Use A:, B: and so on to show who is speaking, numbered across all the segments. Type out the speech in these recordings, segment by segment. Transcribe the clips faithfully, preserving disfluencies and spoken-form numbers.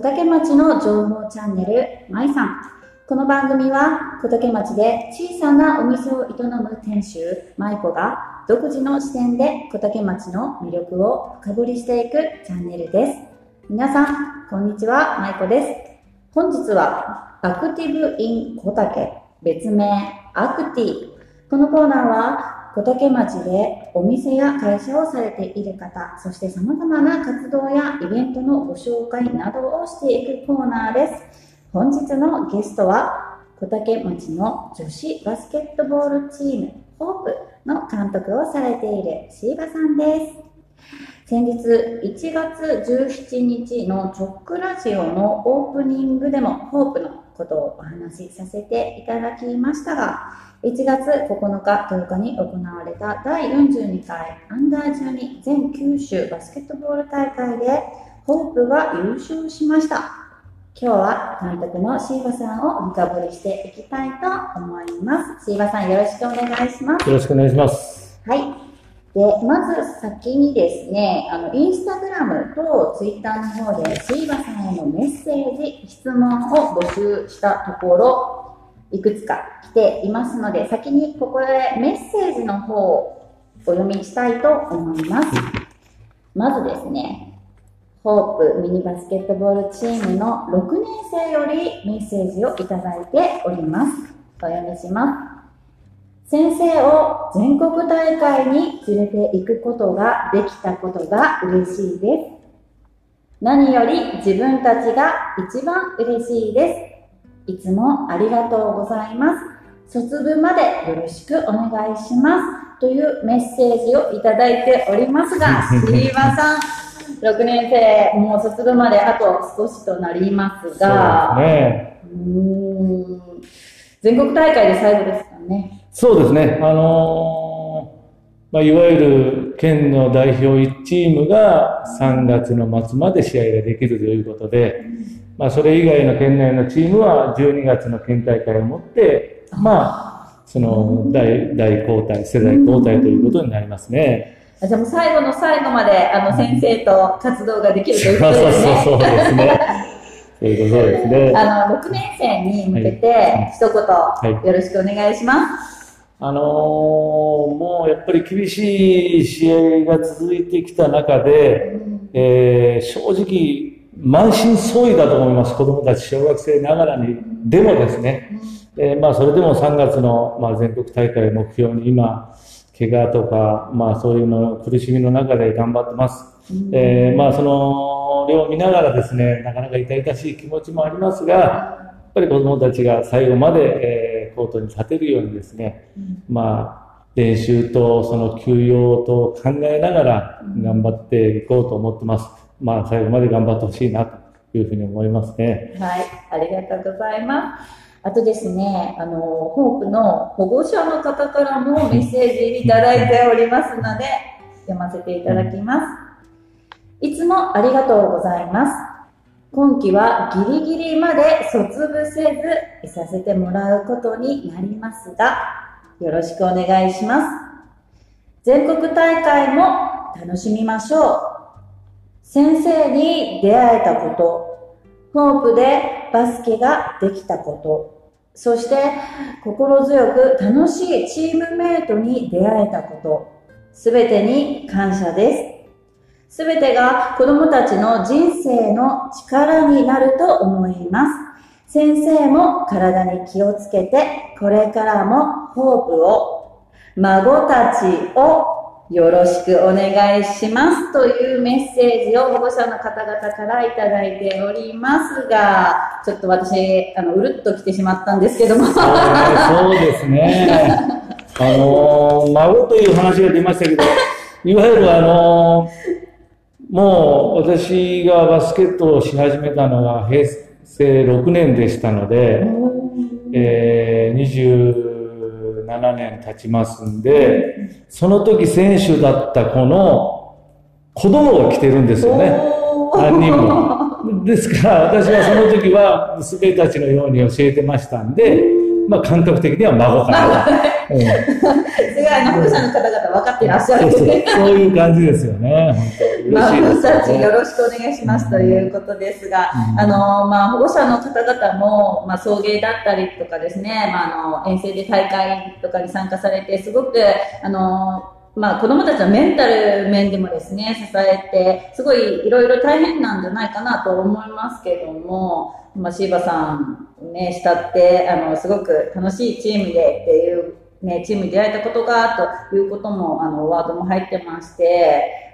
A: 竹町の情報チャンネル、まいさん。この番組は小竹町で小さなお店を営む店主、まいこが独自の視点で小竹町の魅力を深掘りしていくチャンネルです。皆さん、こんにちは、まいこです。本日はアクティブイン小竹、別名アクティ。このコーナーは小竹町でお店や会社をされている方、そして様々な活動やイベントのご紹介などをしていくコーナーです。本日のゲストは小竹町の女子バスケットボールチームホープの監督をされているシーバさんです。先日いちがつじゅうしちにちのチョックラジオのオープニングでもホープのことをお話しさせていただきましたが、いちがつここのか、とおかに行われただいよんじゅうにかいアンダーじゅうに全九州バスケットボール大会でホープが優勝しました。今日は監督のシーバさんを深掘りしていきたいと思います。シーバさん、よろしくお願いします。
B: よろしくお願いします。
A: はい。で、まず先にですね、あの、インスタグラムとツイッターの方でシーバさんへのメッセージ、質問を募集したところ、いくつか来ていますので、先にここでメッセージの方をお読みしたいと思います。まずですね、ホープミニバスケットボールチームのろくねんせいよりメッセージをいただいております。お読みします。先生を全国大会に連れて行くことができたことが嬉しいです。何より自分たちが一番嬉しいです。いつもありがとうございます。卒部までよろしくお願いします。というメッセージをいただいておりますが、シーバさん、ろくねんせい、もう卒部まであと少しとなりますが、
B: そうですね。
A: うーん、全国大会で最後ですかね。
B: そうですね。あのーまあ、いわゆる県の代表いちチームがさんがつの末まで試合ができるということで、まあ、それ以外の県内のチームはじゅうにがつの県大会をもって、まあ、その大、大交代、世代交代ということになりますね。
A: じゃあもう最後の最後まで、あの、先生と活動ができるということですね。
B: そうそうそうですね。そういうことですね。
A: あの、ろくねんせいに向けて、一言、よろしくお願いします。
B: あのー、もうやっぱり厳しい試合が続いてきた中で、うん、えー、正直、満身創痍だと思います。子供たち、小学生ながらに。でもですね、うん、えー、まあそれでもさんがつの、まあ、全国大会を目標に今、怪我とか、まあそういうの苦しみの中で頑張ってます。うん、えー、まあその量を見ながらですね、なかなか痛々しい気持ちもありますが、やっぱり子供たちが最後まで、えー、コートに立てるようにですね、うん、まあ練習とその休養と考えながら頑張っていこうと思ってます。まあ最後まで頑張ってほしいなというふうに思いますね。
A: はい、ありがとうございます。あとですね、あの、ホープの保護者の方からもメッセージいただいておりますので、読ませていただきます。いつもありがとうございます。今期はギリギリまで卒部せずいさせてもらうことになりますが、よろしくお願いします。全国大会も楽しみましょう。先生に出会えたこと、ホープでバスケができたこと、そして心強く楽しいチームメイトに出会えたこと、すべてに感謝です。すべてが子供たちの人生の力になると思います。先生も体に気をつけて、これからもホープを、孫たちをよろしくお願いしますというメッセージを保護者の方々からいただいておりますが、ちょっと私、あの、うるっと来てしまったんですけども。
B: そうですね。あのー、孫という話が出ましたけど、いわゆるあのー、もう私がバスケットをし始めたのがへいせいろくねんでしたので、えー、にじゅうななねん経ちますんで、その時選手だった子の子供が来てるんですよね。何人も。ですから私はその時は娘たちのように教えてましたんで、 まあ感覚的には孫かな。うん、す
A: ごい、あの、保護者の方々分かってらっしゃるんですね。
B: そういう感じですよね。本当
A: まあ、
B: 嬉しいです
A: 私たち
B: ね。
A: よろしくお願いしますということですが、
B: うん、
A: あの、まあ、保護者の方々も、まあ、送迎だったりとかですね、まあ、あの、遠征で大会とかに参加されて、すごく、あの、まあ、子供たちのメンタル面でもですね、支えて、すごいいろいろ大変なんじゃないかなと思いますけども、まあ、シーバさんね、慕って、あの、すごく楽しいチームでっていう、ね、チームに出会えたことが、ということも、あの、ワードも入ってまして、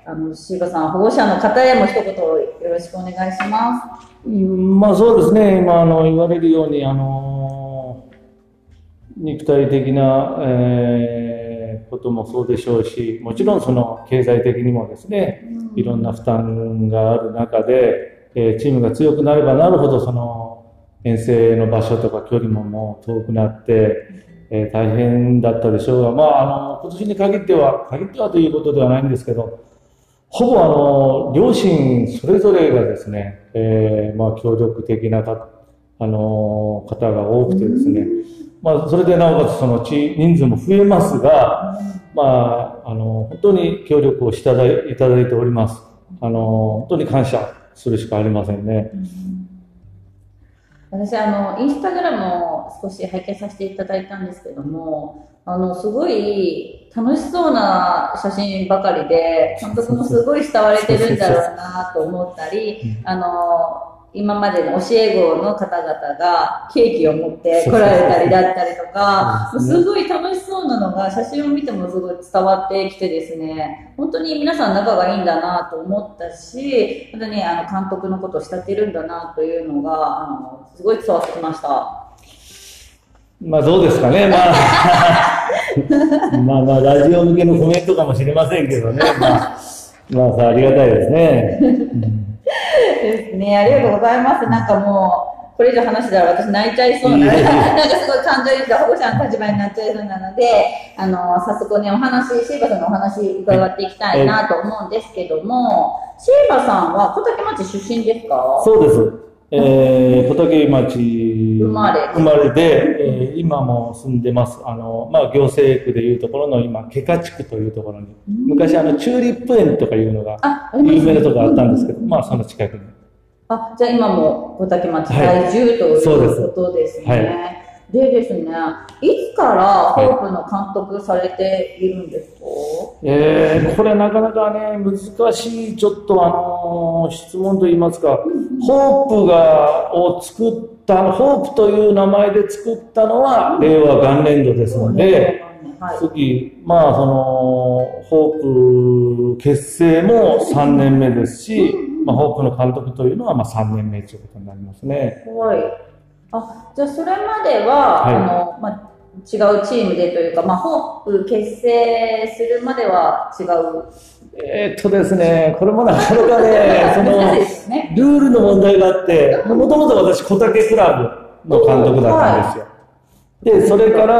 A: あの、シーバさん、保護者の方へも一言よろしくお願いします。
B: うん、まあそうですね、今、あの、言われるように、あの、肉体的な、えーこともそうでしょうし、もちろんその経済的にもですね、いろんな負担がある中で、えー、チームが強くなればなるほどその遠征の場所とか距離ももう遠くなって、えー、大変だったでしょうが、まあ、あの今年に限っては限ってはということではないんですけど、ほぼあの両親それぞれがですね、えー、まあ協力的なかあの方が多くてですね、まあ、それでなおかつその人数も増えますが、まあ、あの、本当に協力をしていただいております。あの、本当に感謝するしかありませんね。
A: うん、私、あの、インスタグラムを少し拝見させていただいたんですけども、あの、すごい楽しそうな写真ばかりで、監督もすごい慕われてるんだろうなと思ったり、あの、今までの教え子の方々がケーキを持って来られたりだったりとか、すごい楽しそうなのが写真を見てもすごい伝わってきてですね、本当に皆さん仲がいいんだなと思ったし、本当にあの監督のことを慕ってるんだなというのが、あの、すごい伝わってきました。
B: まあどうですかね、まあ、まあまあラジオ向けのコメントかもしれませんけどね、まあ、まあありがたいですね。うん
A: ですね、ありがとうございます。なんかもう、これ以上話したら私泣いちゃいそうな、なんかすごい感情移入、保護者の立場になっちゃいそうなので、あの、早速ね、お話、シーバさんのお話伺っていきたいなと思うんですけども、シーバさんは小竹町出身ですか？
B: そうです。えー、小竹町
A: 生まれ
B: 生まれで、えー、今も住んでます。あの、まあ、行政区でいうところの今、毛賀地区というところに、昔あの、チューリップ園とかいうのが有名なところあったんですけど、まあ、その近くに。
A: あ、じゃあ今も小竹町在住、はい、ということですね。はい。でですね、いつからホープの監督されているんですか？はい、
B: えー、これなかなかね、難しい、ちょっとあのー、質問といいますか、うん、ホープが、を作った、ホープという名前で作ったのは、うん、令和元年度ですので、はい、次、まあ、その、ホープ結成もさんねんめですし、うん、まあ、ホープの監督というのは、まあ、さんねんめということになりますね。
A: はい。あ、じゃあそれまでは、はい、あの、まあ、違うチームでというか、まあ、ホープ結成するまでは違う。
B: えー、っとですね、これもなかなかね、その、ね、ルールの問題があって、もともと私、小竹クラブの監督だったんですよ。はい、で、それから、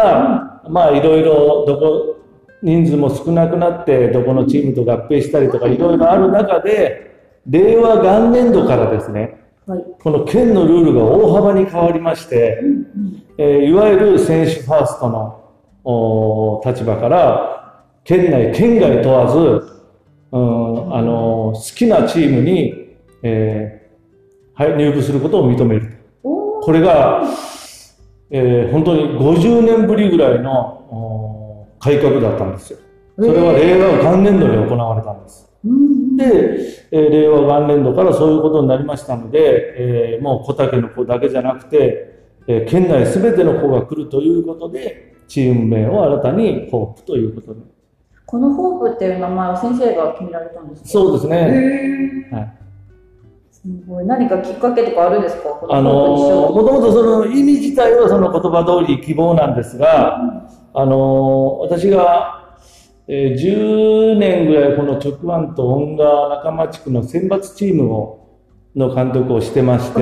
B: まあ、いろいろ、どこ、人数も少なくなって、どこのチームと合併したりとか、いろいろある中で、令和元年度からですね、はい、この県のルールが大幅に変わりまして、うんうん、えー、いわゆる選手ファーストの立場から、県内、県外問わず、うん、あの好きなチームに、えーはい、入部することを認める。これが、えー、本当にごじゅうねんぶりぐらいの改革だったんですよ。それは令和元年度に行われたんです。で、えー、令和元年度からそういうことになりましたので、えー、もう小竹の子だけじゃなくて、えー、県内すべての子が来るということで、チーム名を新たにホープということで。
A: このホープっていう名前は先生が決められたんですか？
B: そうですね。はい。
A: すごい。何かきっかけとかあるんですか？
B: あのー、もともとその意味自体はその言葉通り希望なんですが、うん、あのー、私がえー、じゅうねんぐらいこの直湾と恩賀仲間地区の選抜チームをの監督をしてまして、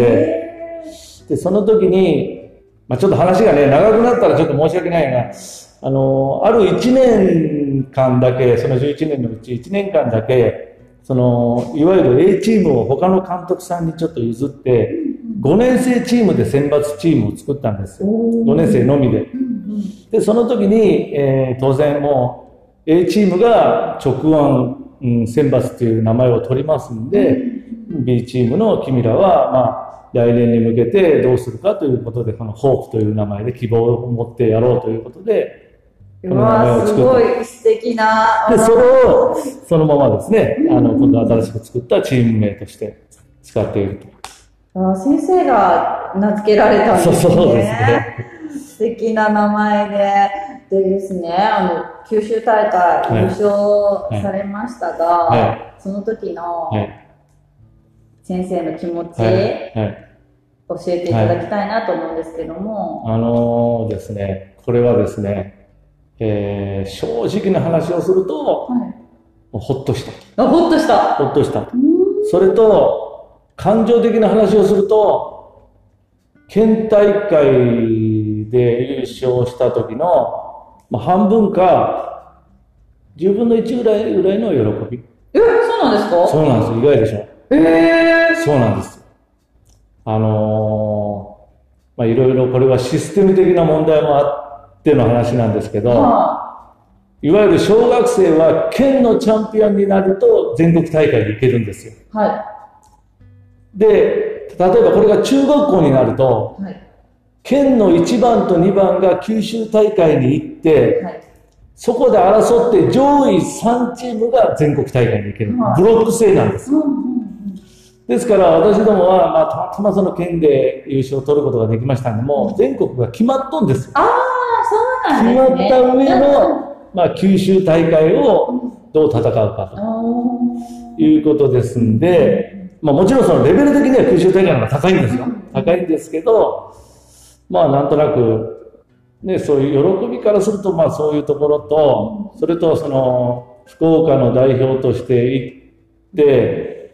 B: でその時に、まあ、ちょっと話がね長くなったらちょっと申し訳ないが、あのあるいちねんかんだけ、そのじゅういちねんのうちいちねんかんだけ、そのいわゆる A チームを他の監督さんにちょっと譲って、 ごねん生チームで選抜チームを作ったんですよ。ごねん生のみで。で、その時に、えー、当然もう A チームが直腕、うん、選抜という名前を取りますんで、B チームの君らは、まあ、来年に向けてどうするかということで、このホープという名前で希望を持ってやろうということで、
A: うわー、すごい素敵な。
B: で、それをそのままですね、あの、今度新しく作ったチーム名として使っていると。
A: あ、先生が名付けられたんですね。
B: そうそうですね。
A: 素敵な名前で。でですね、あの、九州大会優勝されましたが、はいはい、その時の先生の気持ち、はいはい、教えていただきたいなと思うんですけども。
B: はい、あのー、ですね、これはですね、えー、正直な話をすると、はい、ほっとした。
A: あ、ほっとした。
B: ほっとした。それと、感情的な話をすると、県大会で優勝した時の、まあ、半分か、じゅうぶんのいちぐらいぐらいの喜び。
A: え、そうなんですか？
B: そうなんです。意外でしょ。
A: えー、
B: そうなんです。あのー、まあ、いろいろこれはシステム的な問題もあっての話なんですけど、はあ、いわゆる小学生は県のチャンピオンになると全国大会に行けるんですよ。
A: はい。
B: で、例えばこれが中学校になると、はい、県のいちばんとにばんが九州大会に行って、はい、そこで争って上位さんチームが全国大会に行ける。はい、ブロック制なんです。うんうんうん、ですから私どもは、まあ、たまたまその県で優勝を取ることができましたので、もう全国が決まっとんですよ。
A: ああ、そうなんですね。
B: 決まった上の、まあ、九州大会をどう戦うかということですんで、まあ、もちろんそのレベル的には九州大会の方が高いんですよ。高いんですけど、まあなんとなく、ね、そういう喜びからすると、まあそういうところと、それとその、福岡の代表として行って、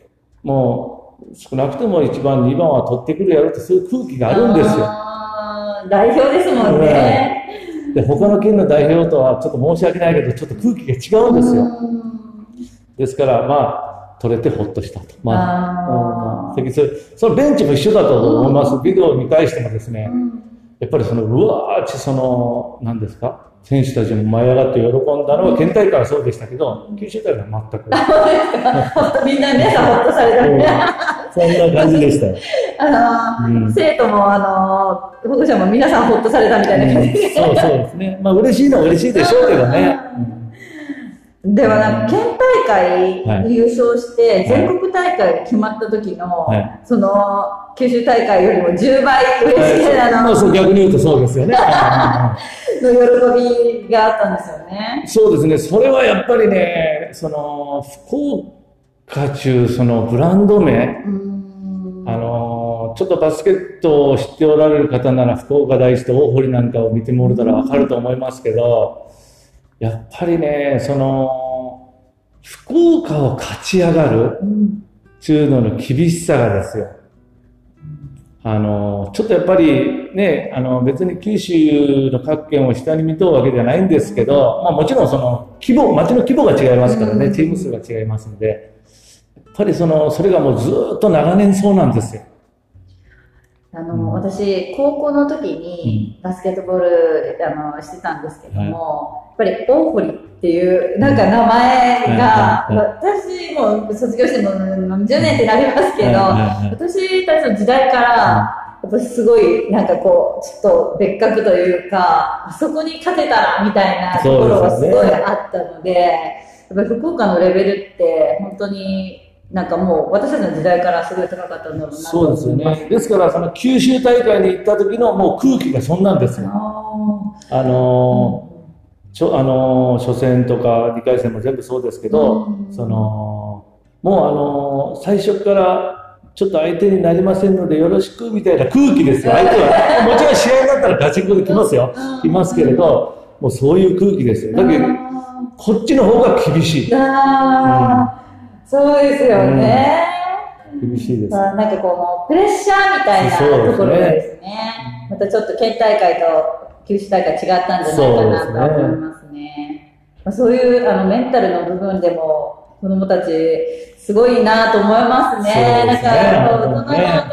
B: もう少なくともいちばん、にばんは取ってくるやろってそういう空気があるんですよ。
A: 代表ですもんね。
B: で、他の県の代表とはちょっと申し訳ないけど、ちょっと空気が違うんですよ。ですから、まあ、取れてほっとしたと。まあ、あうん、そのベンチも一緒だと思います。ビデオを見返してもですね、うん、やっぱりその、うわーってその、何ですか、選手たちも舞い上がって喜んだのは、県大会はそうでしたけど、九州大会は全く。
A: みんなね、ほっとされたね。
B: そんな感じでしたよ。
A: あのーうん、生徒も、あのー、保護者も皆さんほっとされたみたいな感じで、
B: うん。そうそうですね。まあ嬉しいのは嬉しいでしょうけどね。
A: ではなんか県大会優勝して全国大会が決まった時の、はい、その九州大会よりもじゅうばい嬉しいなの、
B: はい、そう逆に言うとそうですよね
A: の喜びがあったんですよね。
B: そうですね。それはやっぱりね、その福岡中そのブランド名、あのちょっとバスケットを知っておられる方なら福岡第一と大堀なんかを見てもらったら分かると思いますけど、やっぱりね、その、福岡を勝ち上がる中のの厳しさがですよ。あの、ちょっとやっぱりね、あの別に九州の各県を下に見とうわけではないんですけど、まあもちろんその規模、町の規模が違いますからね、チーム数が違いますので、やっぱりその、それがもうずっと長年そうなんですよ。
A: あの、うん、私、高校の時にバスケットボール、あの、してたんですけども、はい、やっぱり大堀っていう、なんか名前が、うん、私も卒業しても何十年ってなりますけど、私たちの時代から、やっぱすごい、なんかこう、ちょっと別格というか、あそこに勝てたらみたいなところがすごいあったので、やっぱり福岡のレベルって本当に、なんかもう私たちの時代からすごい高かったんだろうなと思います。
B: そうですよね。ですからその九州大会に行った時のもう空気がそんなんですよ。あのー、ちょあのー、初戦とかにかい戦も全部そうですけど、うん、そのもうあのー、最初からちょっと相手になりませんのでよろしくみたいな空気ですよ。相手はもちろん試合だったらガチンコで来ますよ。来ますけれど、もうそういう空気ですよ。だけどこっちの方が厳しい。
A: そうですよね、
B: うん、厳しいです。
A: なんかこうプレッシャーみたいなところがですね、またちょっと県大会と九州大会違ったんじゃないかなと思いますね。そうですね。そういうあのメンタルの部分でも子供たちすごいなと思いますね。だから大人の私でも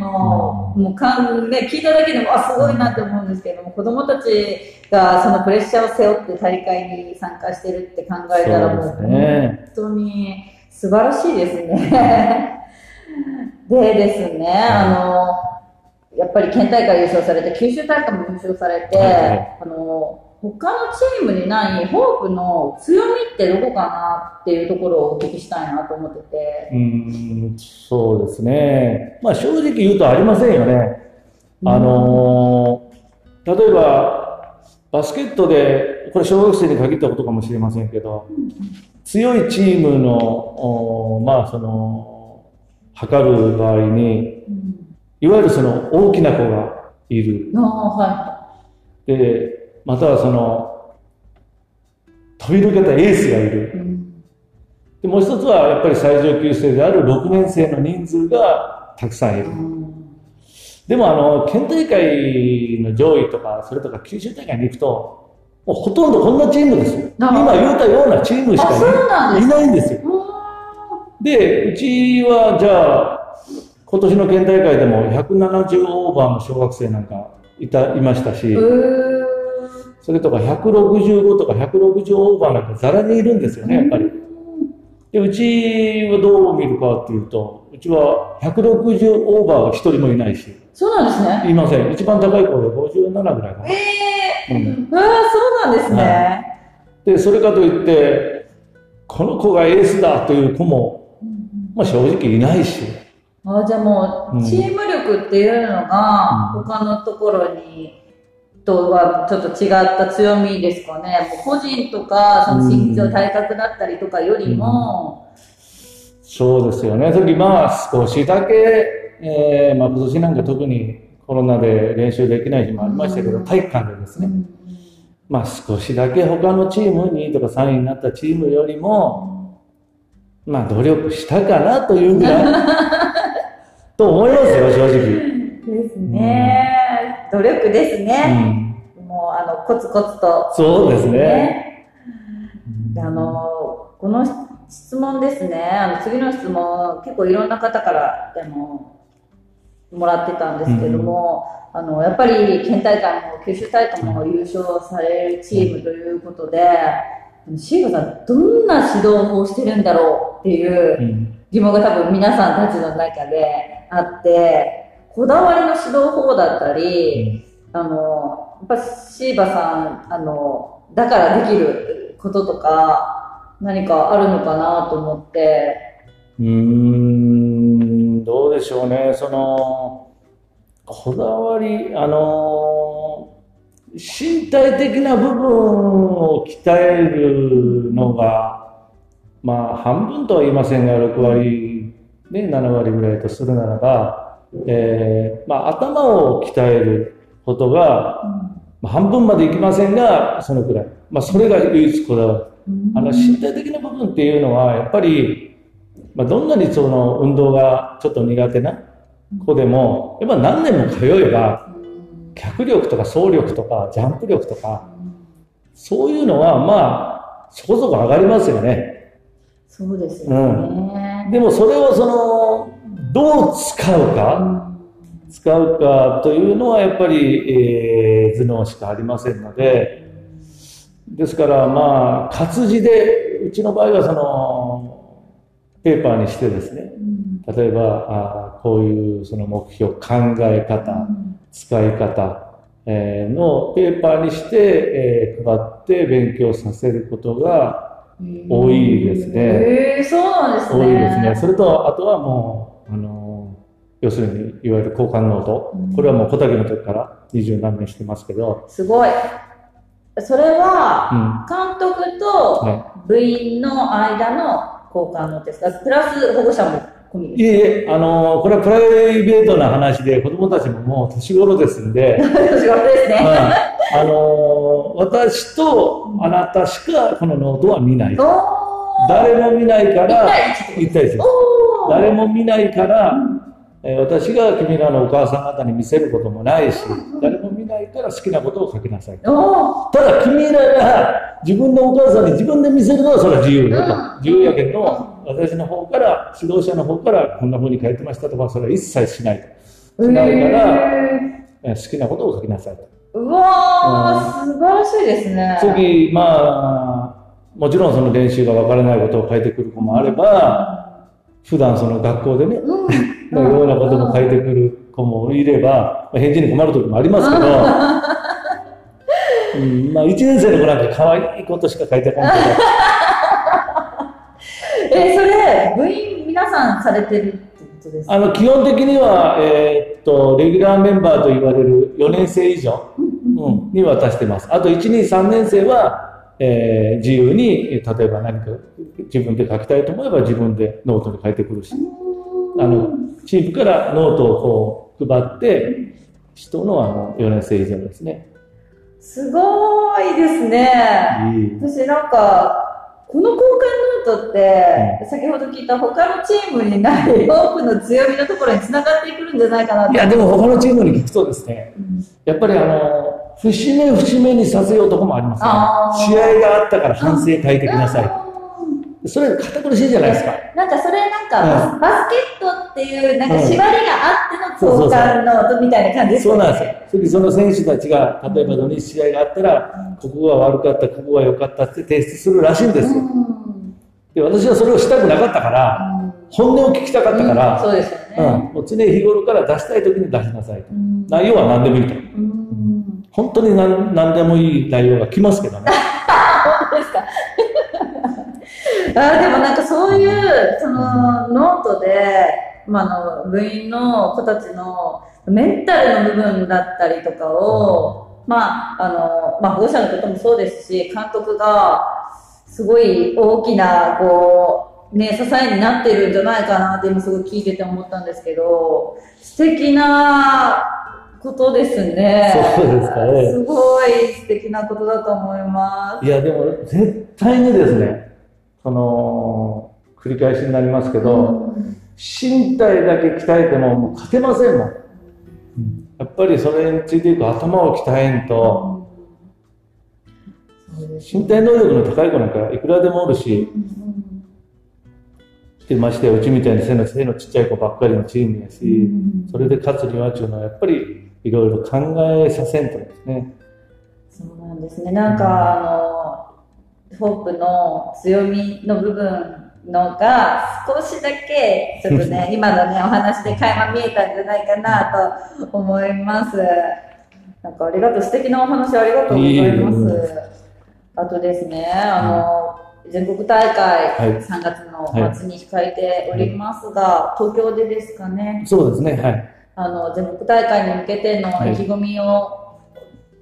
A: もう、もうかん、ね、聞いただけでも、あ、すごいなって思うんですけども、子供たちがそのプレッシャーを背負って大会に参加してるって考えたら、もう、本当に素晴らしいですね。でですね、あの、やっぱり県大会優勝されて、九州大会も優勝されて、はい、あの、他のチームにないホープの強みってどこかなっていうところをお聞きしたいなと思ってて。
B: うーん、そうですね。まあ正直言うとありませんよね。あのー、例えばバスケットで、これ小学生に限ったことかもしれませんけど、強いチームの、まあその、測る場合に、いわゆるその大きな子がいる。
A: あ、はい。
B: で、またはその飛び抜けたエースがいる、うん、でもう一つはやっぱり最上級生であるろくねん生の人数がたくさんいる、うん、でもあの県大会の上位とかそれとか九州大会に行くともうほとんどこんなチームですよ。今言うたようなチームしか い, いないんですよ。でうちはじゃあ今年の県大会でもひゃくななじゅうオーバーの小学生なんかいたいましたし、それとかひゃくろくじゅうごとかひゃくろくじゅうオーバーなんかざらにいるんですよね、やっぱり。で、うちはどう見るかっていうと、うちはひゃくろくじゅうオーバーは一人もいないし。
A: そうなんですね。
B: いません。一番高い子でごじゅうななぐらいかな。
A: ええー。うん。ああ、そうなんですね、はい。
B: で、それかといって、この子がエースだという子も、まあ正直いないし。
A: ああ、じゃあもう、チーム力っていうのが、他のところに、とはちょっと違った強みですかね。もう個人とか、その身長、体格だったりとかよりも、
B: うん、そうですよね。その時まあ少しだけ、えー、まあ今年なんか特にコロナで練習できない日もありましたけど、体育館でですね、うん、まあ少しだけ他のチームにいとかさんいになったチームよりも、まあ努力したかなというぐらいと思いますよ、正直。
A: ですね。うん、努力ですね。うん、もうあのコツコツと。
B: そうですね。
A: であのこの質問ですね。あの次の質問結構いろんな方からでももらってたんですけども、うん、あのやっぱり県大会も九州大会も優勝されるチームということで、うん、シーバさんどんな指導法をしてるんだろうっていう疑問が多分皆さんたちの中であって。こだわりの指導法だったり、うん、あの、やっぱシーバさん、あの、だからできることとか、何かあるのかなと思って。
B: うーん、どうでしょうね。その、こだわり、あの、身体的な部分を鍛えるのが、まあ、半分とは言いませんが、ろくわり、ね、ななわりぐらいとするならば、えーまあ、頭を鍛えることが、うん、半分までいきませんがそのくらい、まあ、それが唯一こだわる、うん、あの身体的な部分っていうのはやっぱり、まあ、どんなにその運動がちょっと苦手な子でもやっぱ何年も通えば脚力とか走力とかジャンプ力とかそういうのはまあそこそこ上がりますよね。
A: そうですよね、
B: うん、でもそれをそのどう使うか、うん、使うかというのはやっぱり、えー、頭脳しかありませんので、ですからまあ活字でうちの場合はそのペーパーにしてですね、うん、例えばあこういうその目標考え方、うん、使い方、えー、のペーパーにして、えー、配って勉強させることが多いですね。
A: へー、そうなんですね。
B: 多いですね。それとあとはもうあの要するにいわゆる交換ノート、うん、これはもう小竹の時から二十何年してますけど。
A: すごい。それは監督と部員の間の交換ノートですか、プラス保護者も込みですか？
B: いえいえ、あのこれはプライベートな話で子供たちももう年頃ですんで
A: 年頃ですね、
B: うん、あの私とあなたしかこのノートは見ない、誰も見ないから一対一です。誰も見ないから、うん、私が君らのお母さん方に見せることもないし、誰も見ないから好きなことを書きなさい。ただ君らが自分のお母さんに自分で見せるのはそれは自由よと、うん、自由やけど私の方から指導者の方からこんな風に書いてましたとかそれは一切しないと。 しないから、えー、好きなことを書きなさいと。
A: うわー、うん、素晴らしいですね。
B: 次、まあ、もちろんその練習がわからないことを書いてくる子もあれば、うん、普段その学校でね、うん、のようなことも書いてくる子もいれば、まあ、返事に困る時もありますけど、うん、まあいちねん生の子なんか可愛いことしか書いてこないけど。
A: え、それ、部員皆さんされてるってことですか？
B: あの、基本的には、えー、っと、レギュラーメンバーと言われるよねん生以上、うん、に渡してます。あといち、に、さんねん生は、えー、自由に、例えば何か自分で書きたいと思えば自分でノートに書いてくるし、あの、チームからノートをこう配って、人のあのよねん生以上ですね。
A: すごいですね。私なんか、この交換ノートって、うん、先ほど聞いた他のチームにないホープの強みのところに繋がってくるんじゃないかなと。
B: いや、でも他のチームに聞くとですね、うん、やっぱりあの、節目節目にさせようとこもありますね。試合があったから反省書いてきなさい。それ堅苦しいじゃないですか。
A: なんかそれなんか、うん、バスケットっていうなんか縛りがあっての交換ノートみたいな感じですね。
B: そうなんですよ。次その選手たちが、例えば土日試合があったら、ここが悪かった、ここが良かったって提出するらしいんですよ。うん、で、私はそれをしたくなかったから、うん、本音を聞きたかったから、
A: うん、そうですよね。
B: うん、もう常日頃から出したい時に出しなさいと。うん、内容は何でもいいと。うん、本当に 何, 何でもいい内容が来ますけどね。
A: 本当ですか。あ、でもなんかそういうそのノートで、まあ、あの部員の子たちのメンタルの部分だったりとかを、まああのまあ、保護者のこともそうですし、監督がすごい大きなこう、ね、支えになってるんじゃないかなって今すごい聞いてて思ったんですけど、素敵なことですね。
B: そうですかね。
A: すごい素敵なことだと思います。
B: いやでも絶対にですね、その繰り返しになりますけど、うん、身体だけ鍛えてももう勝てませんもん、うん、やっぱりそれについていく頭を鍛えんと、うん、身体能力の高い子なんかいくらでもおるし、うん、ましてやうちみたいに背の、背のちっちゃい子ばっかりのチームやし、うん、それで勝つにはっていうのはやっぱりいろいろ考えさせんとですね。
A: そうなんですね。なんか、うん、あのホープの強みの部分のが少しだけちょっとね今のねお話で垣間見えたんじゃないかなと思います。なんかありがとう、素敵なお話ありがとうございます。あとですね、あの全国大会さんがつの末に控えておりますが、はい、東京でですかね。
B: そうですね、はい。
A: あの全国大会に向けての意気込みを、はい、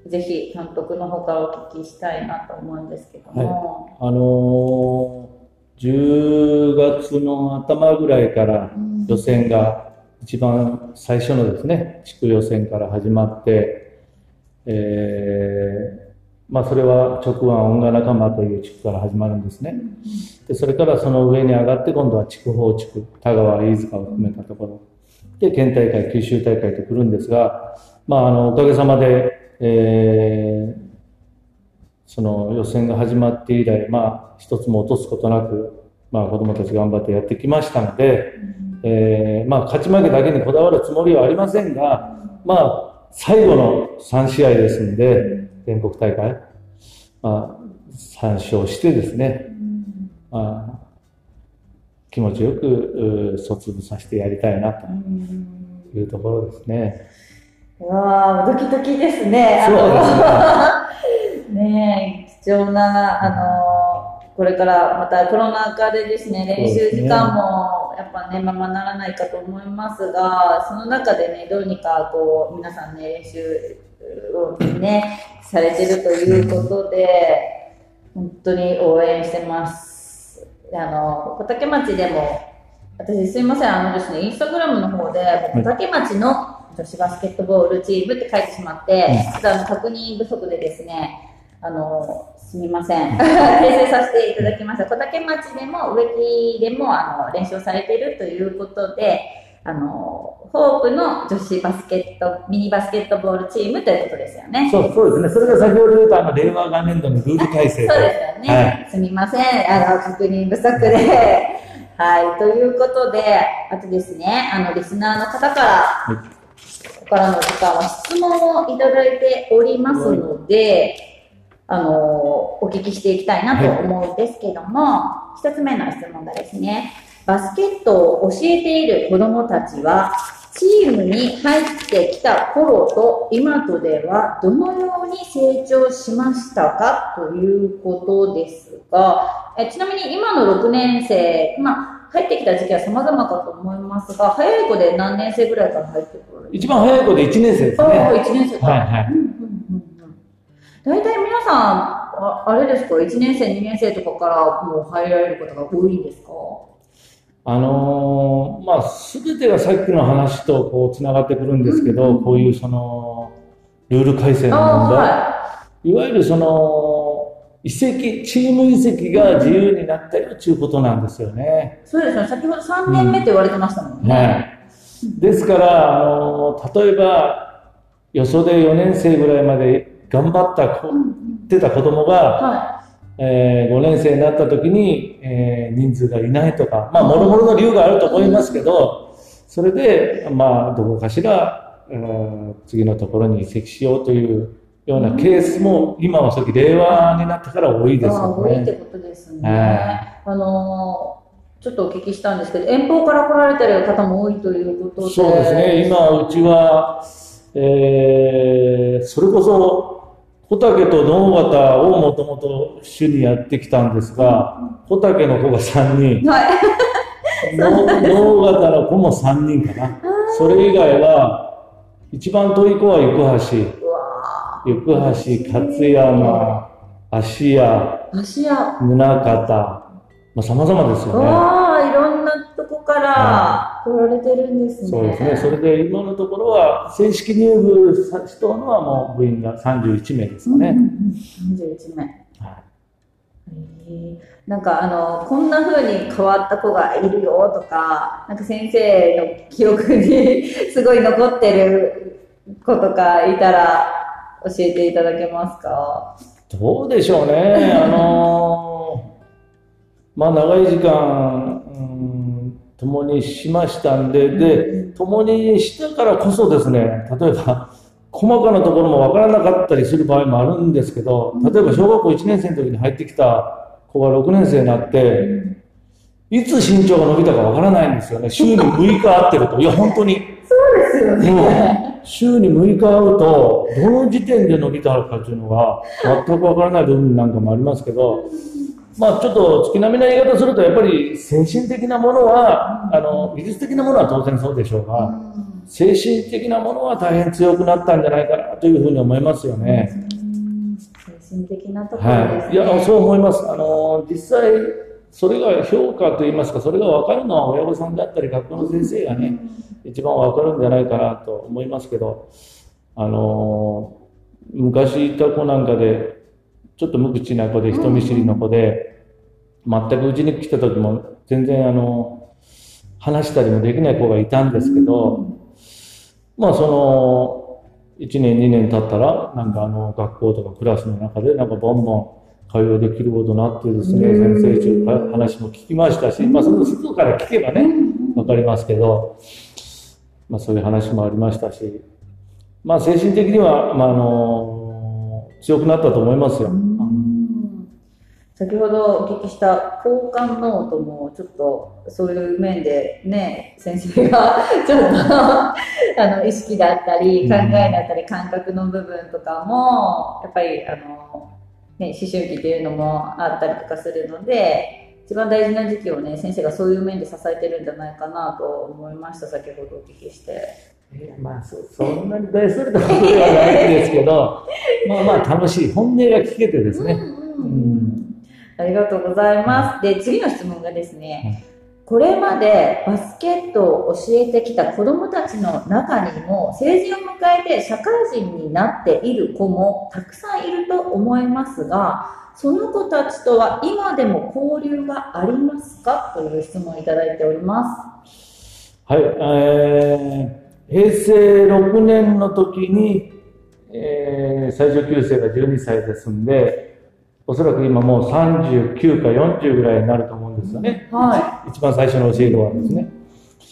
A: ぜひ監督の方からお聞きしたいなと思うんですけども、
B: はい、あのー、じゅうがつの頭ぐらいから予選が一番最初のですね、地区予選から始まって、えー、まあそれは直腕音楽仲間という地区から始まるんですね。でそれからその上に上がって今度は筑豊地区、田川、飯塚を含めたところで県大会、九州大会と来るんですが、まああのおかげさまでえー、その予選が始まって以来、まあ、一つも落とすことなく、まあ、子供たち頑張ってやってきましたので、うんえーまあ、勝ち負けだけにこだわるつもりはありませんが、まあ、最後のさん試合ですんで、全国大会、まあ、さん勝してですね、うんまあ、気持ちよく卒業させてやりたいなというところですね。
A: うわー、ドキドキですね。
B: そうですね。
A: ねえ、貴重な、あのー、これからまたコロナ禍でですね、練習時間もやっぱね、ままならないかと思いますが、その中でね、どうにかこう、皆さんね、練習をね、されてるということで、本当に応援してます。で、あの、小竹町でも、私すいません、あのですね、インスタグラムの方で、小竹町の女子バスケットボールチームって書いてしまって、ちょっとあの確認不足でですね、あの、すみません。訂正させていただきました。小竹町でも植木でもあの練習されているということで、あの、ホープの女子バスケット、ミニバスケットボールチームということですよね。
B: そう、そうですね。それが先ほど言ったあの、令和元年度のルール改正。
A: そうですよね。はい、すみません。あの、確認不足で。はい。ということで、あとですね、あの、リスナーの方から、はいからの時間は質問をいただいておりますので、あのお聞きしていきたいなと思うんですけども、一、はい、つ目の質問がですね、バスケットを教えている子どもたちはチームに入ってきた頃と今とではどのように成長しましたかということですが、えちなみに今のろくねん生、まあ、入ってきた時期は様々かと思いますが、早い子で何年生ぐらいから入ってくる？
B: 一番早い子でいちねん生ですね。
A: ああ、いちねん生か。
B: はいはい。うんうんうん
A: うん、大体皆さんあ、あれですか、いちねん生、にねん生とかからもう入られることが多いんですか？
B: あのー、まあ、すべてがさっきの話とこう、つながってくるんですけど、うんうん、こういうその、ルール改正の問題。はい、いわゆるその、移籍、チーム移籍が自由になったよということなんですよね。
A: そうですね。先ほどさんねんめって言われてましたもんね。うん、
B: はい。ですから、あのー、例えば、よそでよねん生ぐらいまで頑張った子、うんうん、ってた子供が、はい、えー、ごねん生になった時に、えー、人数がいないとか、まあ、もろもろの理由があると思いますけど、それで、まあ、どこかしら、えー、次のところに移籍しようというようなケースも、今はさっき令和になってから多いですよね。
A: 多いってことですね。はい、あのー、ちょっとお聞きしたんですけど、遠方から来られてる方も多いということで。
B: そうですね。今、うちは、えー、それこそ、小竹と能形をもともと主にやってきたんですが、小竹の子がさんにん、はい、能形の子もさんにんかな。それ以外は、一番遠い子は行橋、行橋、勝山、芦屋、宗像、まあ、様々ですよね。
A: わあ、いろんなとこから来られてるんですね。
B: そうですね。それで今のところは、正式入部しとうのはもう部員がさんじゅういちめいですかね。うんうんうん、
A: さんじゅういちめい。はい、えー、なんかあの、こんな風に変わった子がいるよとか、なんか先生の記憶にすごい残ってる子とかいたら教えていただけますか？
B: どうでしょうね。あのーまあ長い時間、うん、共にしましたんで、で、共にしたからこそですね、例えば、細かなところもわからなかったりする場合もあるんですけど、例えば小学校いちねん生の時に入ってきた子がろくねん生になって、いつ身長が伸びたかわからないんですよね。週にむいか会ってると。いや、本当に。
A: そうですよね。
B: うん、週にむいか会うと、どの時点で伸びたのかっていうのが全くわからない部分なんかもありますけど、まあちょっと月並みな言い方をすると、やっぱり精神的なものは、あの、技術的なものは当然そうでしょうが、精神的なものは大変強くなったんじゃないかなというふうに思いますよね。
A: 精神的なところですね。
B: はい。いや、そう思います。あの、実際、それが評価といいますか、それが分かるのは親御さんだったり、学校の先生がね、一番分かるんじゃないかなと思いますけど、あの、昔いた子なんかで、ちょっと無口な子で人見知りの子で、全くうちに来た時も全然あの、話したりもできない子がいたんですけど、まあその、いちねんにねん経ったら、なんかあの、学校とかクラスの中でなんかボンボン会話できることになってですね、先生中話も聞きましたし、まあその外から聞けばね、わかりますけど、まあそういう話もありましたし、まあ精神的には、まああの、強くなったと思いますよ。
A: 先ほどお聞きした交換ノートもちょっとそういう面でね、先生がちょっとあの意識だったり考えだったり感覚の部分とかもやっぱりあの、ね、思春期っていうのもあったりとかするので、一番大事な時期をね、先生がそういう面で支えてるんじゃないかなと思いました。先ほどお聞きして。
B: いやまあ そ, そんなに大それたことではないんですけどまあまあ楽しい本音が聞けてですね、うんうんうん
A: ありがとうございます。で、次の質問がですね、これまでバスケットを教えてきた子どもたちの中にも成人を迎えて社会人になっている子もたくさんいると思いますが、その子たちとは今でも交流がありますかという質問をいただいております。
B: はい、えー、へいせいろくねんの時に、えー、最上級生がじゅうにさいですんで、おそらく今もうさんじゅうきゅうかよんじゅうぐらいになると思うんですよね。はい。一番最初の教え子はですね。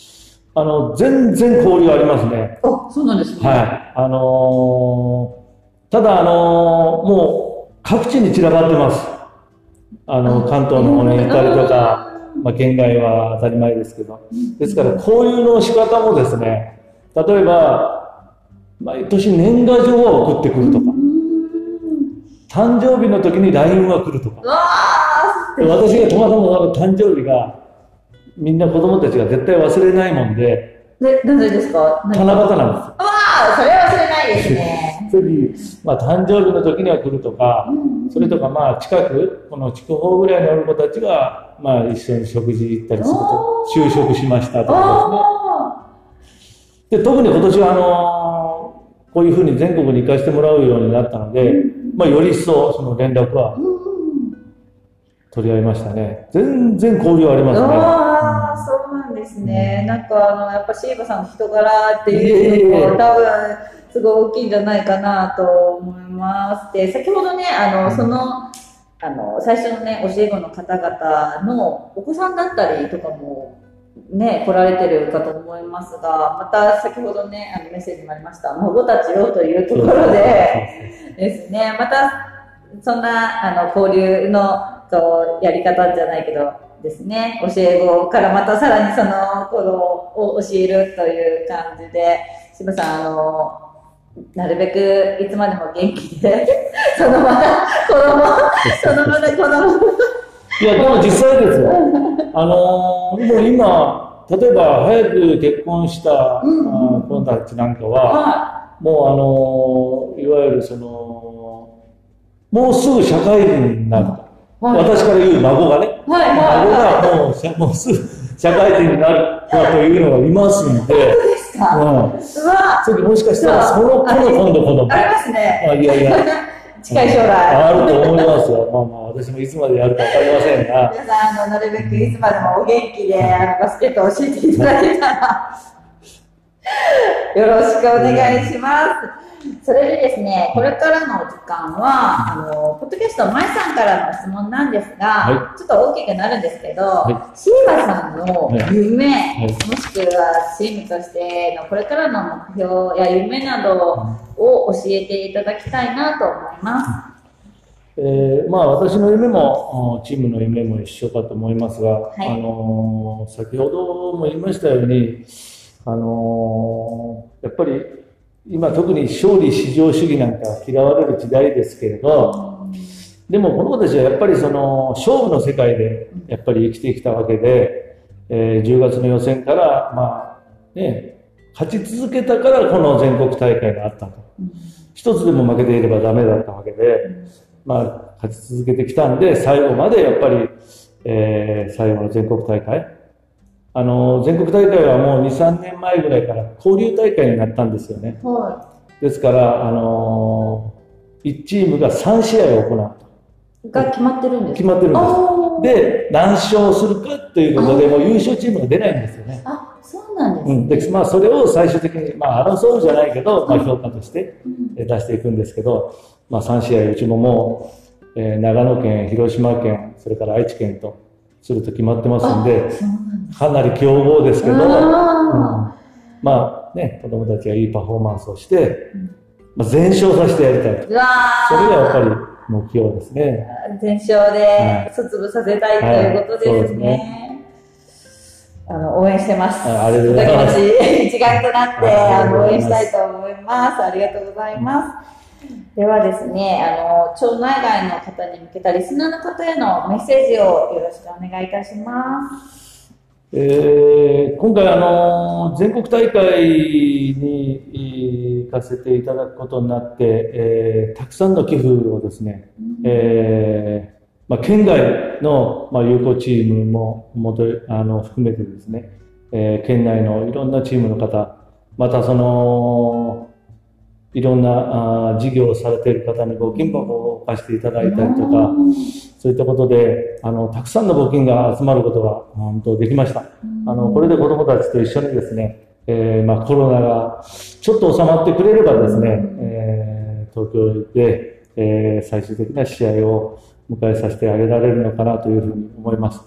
B: あの、全然交流ありますね。
A: あ、そうなんですね。
B: はい。あのー、ただ、あのー、もう、各地に散らばってます。あの、関東の方に行ったりとか、まあ、県外は当たり前ですけど。ですから、交流の仕方もですね、例えば、毎年年賀状を送ってくるとか、誕生日の時に ライン が来るとか。私がたまたま誕生日が、みんな子供たちが絶対忘れないもんで、
A: で、なぜですか？
B: 七夕なんですよ。
A: わあ、それは忘れないですね。
B: それに、まあ、誕生日の時には来るとか、それとか、まあ、近く、この筑豊ぐらいにおる子たちが、まあ、一緒に食事行ったりすると、就職しましたとかですね。で、特に今年は、あのー、こういうふうに全国に行かせてもらうようになったので、まあ、より一層、その連絡は、取り合いましたね。全然交流ありますね。
A: ああ、そうなんですね。なんか、あの、やっぱシーバさんの人柄っていうのも、多分、すごい大きいんじゃないかなと思います。で、先ほどね、あの、その、あの、最初のね、教え子の方々のお子さんだったりとかも、ね、来られてるかと思いますが、また先ほどね、あのメッセージもありました、孫たちをというところでですね、また、そんな、あの、交流の、とやり方じゃないけどですね、教え子からまたさらにその頃を教えるという感じで、柴さん、あの、なるべくいつまでも元気で、そのまま子供、そのまま子供。
B: いや、でも実際ですよ。あのー、もう今、例えば早く結婚した子たちなんかは、はい、もうあのー、いわゆるその、もうすぐ社会人になると。はい、私から言う孫がね、はいはいはい、孫がもう、もうすぐ社会人になるというのがいますんで、
A: 本当ですか？うん。うわ
B: それもしかしたらその子の今度子供。
A: ありますね。
B: あいやいや。
A: 近い将来。
B: あると思いますよ。まあまあ、私もいつまでやるかわかりませんが。
A: 皆さん、あの、なるべくいつまでもお元気で、あの、バスケットを教えていただけたら、よろしくお願いします。それでですね、これからの時間は、あの、ポッドキャスト、まいさんからの質問なんですが、はい、ちょっと大きくなるんですけど、はい、シーバさんの夢、はい、もしくはチームとしてのこれからの目標や夢などを教えていただきたいなと思います。
B: えー、まあ私の夢もチームの夢も一緒かと思いますが、はい、あのー、先ほども言いましたように、あのー、やっぱり今特に勝利至上主義なんか嫌われる時代ですけれど、でもこの子たちはやっぱりその勝負の世界でやっぱり生きてきたわけで、えー、じゅうがつの予選からまあね、勝ち続けたからこの全国大会があったと。一つでも負けていればダメだったわけで、まあ勝ち続けてきたんで、最後までやっぱり、えー、最後の全国大会、あの、全国大会はもうに、さんねんまえぐらいから交流大会になったんですよね。はい。ですから、あのー、いちチームがさんしあいを行うと。
A: が決まってるんですか？
B: 決まってるんです。で、何勝するかということで、もう優勝チームが出ないんですよね。
A: あ、そうなんですね。
B: うん。で、まあ、それを最終的に、まあ、争うじゃないけど、まあ、評価として出していくんですけど、まあ、さんしあい、うちももう、えー、長野県、広島県、それから愛知県とすると決まってますんで、かなり強豪ですけど、うん、まあね、子供たちがいいパフォーマンスをして、まあ、全勝させてやりたい。それがやっぱり目標ですね。
A: 全勝で卒業させたいということですね。あの、応援してます。
B: ありがとうございます。
A: 一丸となって、あの、応援したいと思います。ありがとうございます。ではですね、あの、町内外の方に向けたリスナーの方へのメッセージをよろしくお願いいたします。
B: えー、今回あの全国大会に行かせていただくことになって、えー、たくさんの寄付をですね、うん、えーまあ、県外の、まあ、友好チームももとあの含めてですね、えー、県内のいろんなチームの方、またそのいろんなあ事業をされている方に募金箱を貸していただいたりとか、うん、そういったことで、あの、たくさんの募金が集まることが、本当できました。あの、これで子供たちと一緒にですね、えー、まあコロナがちょっと収まってくれればですね、えー、東京で、えー、最終的な試合を迎えさせてあげられるのかなというふうに思います。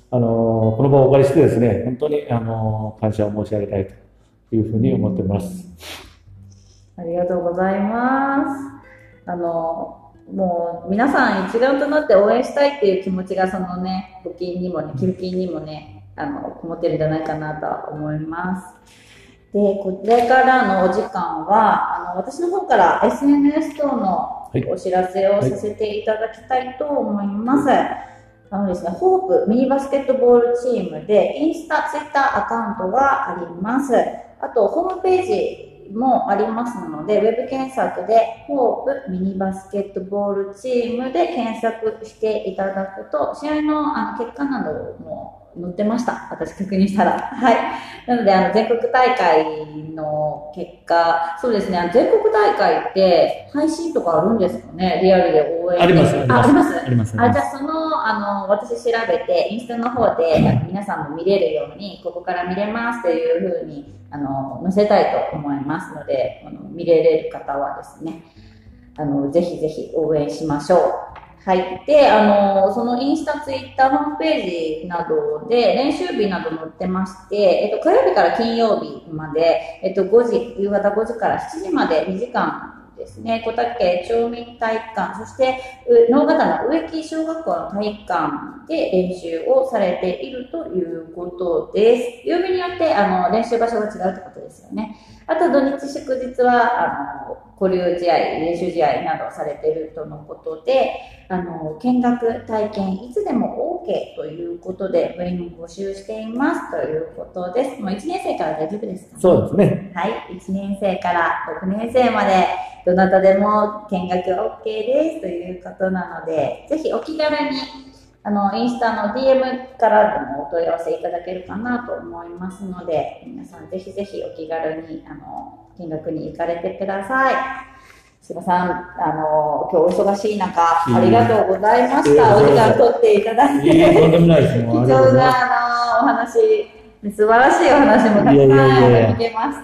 B: あのこの場をお借りしてですね、本当にあの感謝を申し上げたいというふうに思っております。
A: ありがとうございます。あのもう皆さん一丸となって応援したいっていう気持ちがそのね、募金にもね、寄付金にもね、あのこもってるんじゃないかなと思います。で、これからのお時間は、あの私の方から エスエヌエス 等のお知らせをさせていただきたいと思います。はいはい、あのですね、ホープミニバスケットボールチームでインスタ、ツイッターアカウントがあります。あと、ホームページもありますので、ウェブ検索でホープミニバスケットボールチームで検索していただくと、試合のあの結果なども載ってました。私確認したら。はい。なので、あの、全国大会の結果、そうですね、全国大会って配信とかあるんですかね、リアルで応援。
B: あります、あります。
A: あります。
B: あります。
A: あ、じゃあその、あの、私調べて、インスタの方で皆さんも見れるように、ここから見れますというふうに、あの、載せたいと思いますので、あの見れる方はですね、あの、ぜひぜひ応援しましょう。はい。で、あの、そのインスタ、ツイッター、ホームページなどで練習日など載ってまして、えっと、火曜日から金曜日まで、えっと、ごじ、夕方ごじからしちじまでにじかんですね、小竹町民体育館、そして直方の植木小学校の体育館で練習をされているということです。曜日によってあの練習場所が違うってことですよね。あと土日祝日はあの交流試合、練習試合などされているとのことで、あの見学体験いつでも OK ということで部員を募集していますということです。もういちねん生から大丈夫ですかね。
B: そうですね。
A: はい、いちねん生からろくねん生までどなたでも見学 OK ですということなので、ぜひお気軽にあのインスタの ディーエム からでもお問い合わせいただけるかなと思いますので、皆さんぜひぜひお気軽にあの見学に行かれてください。柴さん、あの今日お忙しい中、ありがとうございました。お時間取っていただいて、
B: いいとんでもないです。
A: 貴重なあのお話。素晴らしいお話もたくさん聞けました。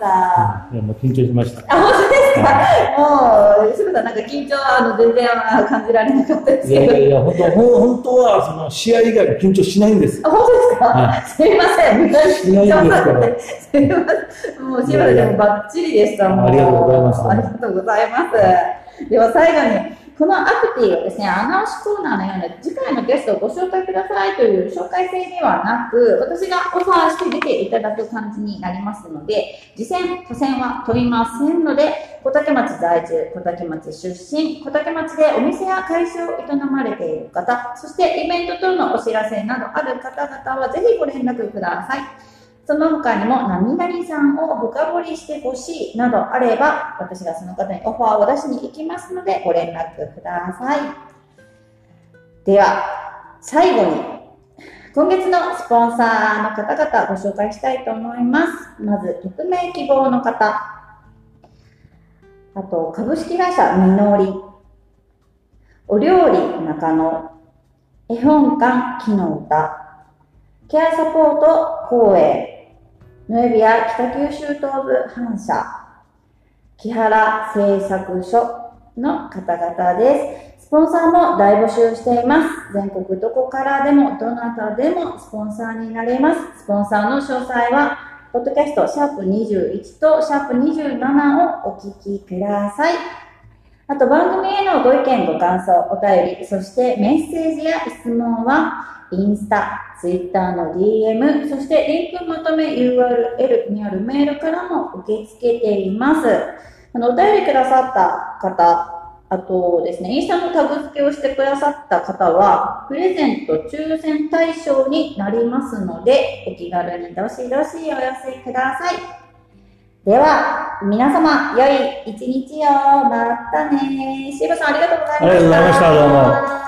B: いやいやいや、もう緊張しました。
A: あ、本当ですか。もう、柴さん、なんか緊張はあの全然感じられなかったですけど。
B: いやいやいや、本当、本当はその試合以外は緊張しないんです。
A: あ、本当ですか。はい、すみません。
B: しないんですから。
A: すみません。もう柴田でもバッチリでした。
B: ありがとうございます。
A: ありがとうございます。では最後に。このアクティをですね、アナウンスコーナーのような次回のゲストをご紹介くださいという紹介制ではなく、私がオファーして出ていただく感じになりますので、次戦、他戦は飛びませんので、小竹町在住、小竹町出身、小竹町でお店や会社を営まれている方、そしてイベント等のお知らせなどある方々はぜひご連絡ください。その他にも何々さんを深掘りしてほしいなどあれば、私がその方にオファーを出しに行きますのでご連絡ください。では、最後に今月のスポンサーの方々ご紹介したいと思います。まず、匿名希望の方。あと、株式会社みのり。お料理中野。絵本館木の歌。ケアサポート光栄。ノエビア北九州東部本社、木原製作所の方々です。スポンサーも大募集しています。全国どこからでも、どなたでもスポンサーになれます。スポンサーの詳細は、ポッドキャストシャープにじゅういちとシャープにじゅうななをお聞きください。あと番組へのご意見、ご感想、お便り、そしてメッセージや質問は、インスタ、ツイッターの ディーエム、そしてリンクまとめ ユーアールエル にあるメールからも受け付けています。あの、お便りくださった方、あとですね、インスタのタグ付けをしてくださった方は、プレゼント抽選対象になりますので、お気軽にどしどしお寄せください。では、皆様、良い一日を。またね。シーバさん、ありがとうございました。
B: ありがとうございました。どうも。